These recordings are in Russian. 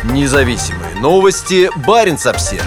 Независимые новости. Баренц-Обсервис.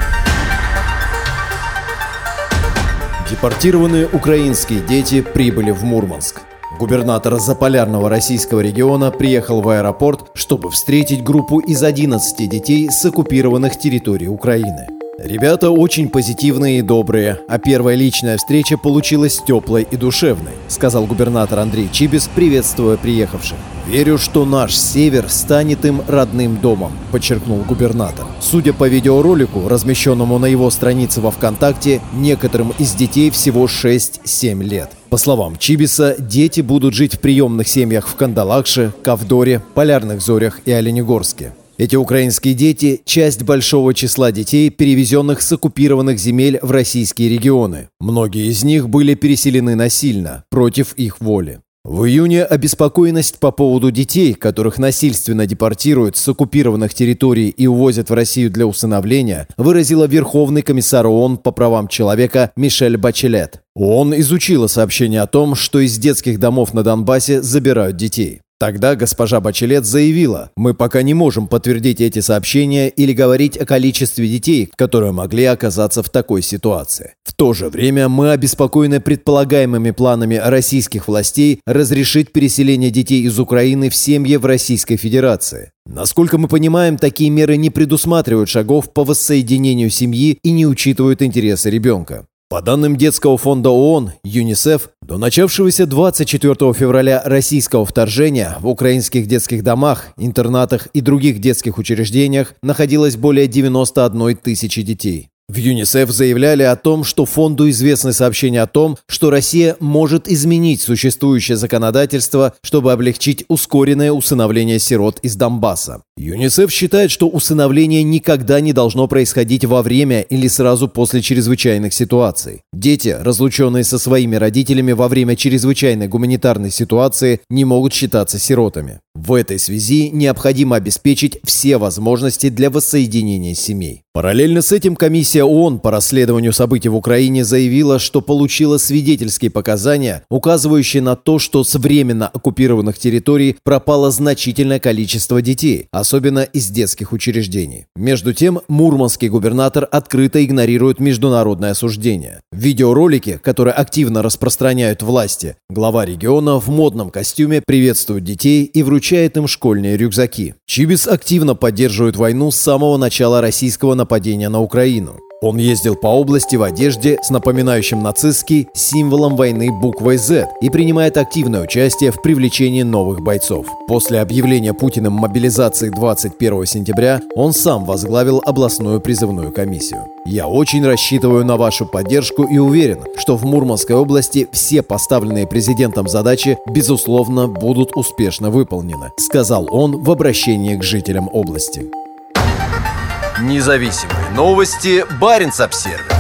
Депортированные украинские дети прибыли в Мурманск. Губернатор заполярного российского региона приехал в аэропорт, чтобы встретить группу из 11 детей с оккупированных территорий Украины. Ребята очень позитивные и добрые, а первая личная встреча получилась теплой и душевной, сказал губернатор Андрей Чибис, приветствуя приехавших. «Верю, что наш север станет им родным домом», – подчеркнул губернатор. Судя по видеоролику, размещенному на его странице во ВКонтакте, некоторым из детей всего 6-7 лет. По словам Чибиса, дети будут жить в приемных семьях в Кандалакше, Ковдоре, Полярных Зорях и Оленегорске. Эти украинские дети – часть большого числа детей, перевезенных с оккупированных земель в российские регионы. Многие из них были переселены насильно, против их воли. В июне обеспокоенность по поводу детей, которых насильственно депортируют с оккупированных территорий и увозят в Россию для усыновления, выразила Верховный комиссар ООН по правам человека Мишель Бачелет. ООН изучила сообщение о том, что из детских домов на Донбассе забирают детей. Тогда госпожа Бачелет заявила: «Мы пока не можем подтвердить эти сообщения или говорить о количестве детей, которые могли оказаться в такой ситуации. В то же время мы обеспокоены предполагаемыми планами российских властей разрешить переселение детей из Украины в семьи в Российской Федерации. Насколько мы понимаем, такие меры не предусматривают шагов по воссоединению семьи и не учитывают интересы ребенка». По данным Детского фонда ООН, ЮНИСЕФ, до начавшегося 24 февраля российского вторжения в украинских детских домах, интернатах и других детских учреждениях находилось более 91 тысячи детей. В ЮНИСЕФ заявляли о том, что фонду известны сообщения о том, что Россия может изменить существующее законодательство, чтобы облегчить ускоренное усыновление сирот из Донбасса. ЮНИСЕФ считает, что усыновление никогда не должно происходить во время или сразу после чрезвычайных ситуаций. Дети, разлученные со своими родителями во время чрезвычайной гуманитарной ситуации, не могут считаться сиротами. В этой связи необходимо обеспечить все возможности для воссоединения семей. Параллельно с этим комиссия ООН по расследованию событий в Украине заявила, что получила свидетельские показания, указывающие на то, что с временно оккупированных территорий пропало значительное количество детей, особенно из детских учреждений. Между тем, мурманский губернатор открыто игнорирует международное осуждение. В видеоролике, который активно распространяют власти, глава региона в модном костюме приветствует детей и вручает им школьные рюкзаки. Чибис активно поддерживает войну с самого начала российского нападения на Украину. Он ездил по области в одежде с напоминающим нацистский символом войны буквой «Z» и принимает активное участие в привлечении новых бойцов. После объявления Путиным мобилизации 21 сентября он сам возглавил областную призывную комиссию. «Я очень рассчитываю на вашу поддержку и уверен, что в Мурманской области все поставленные президентом задачи, безусловно, будут успешно выполнены», сказал он в обращении к жителям области. Независимые новости. Баренц-Обсервис.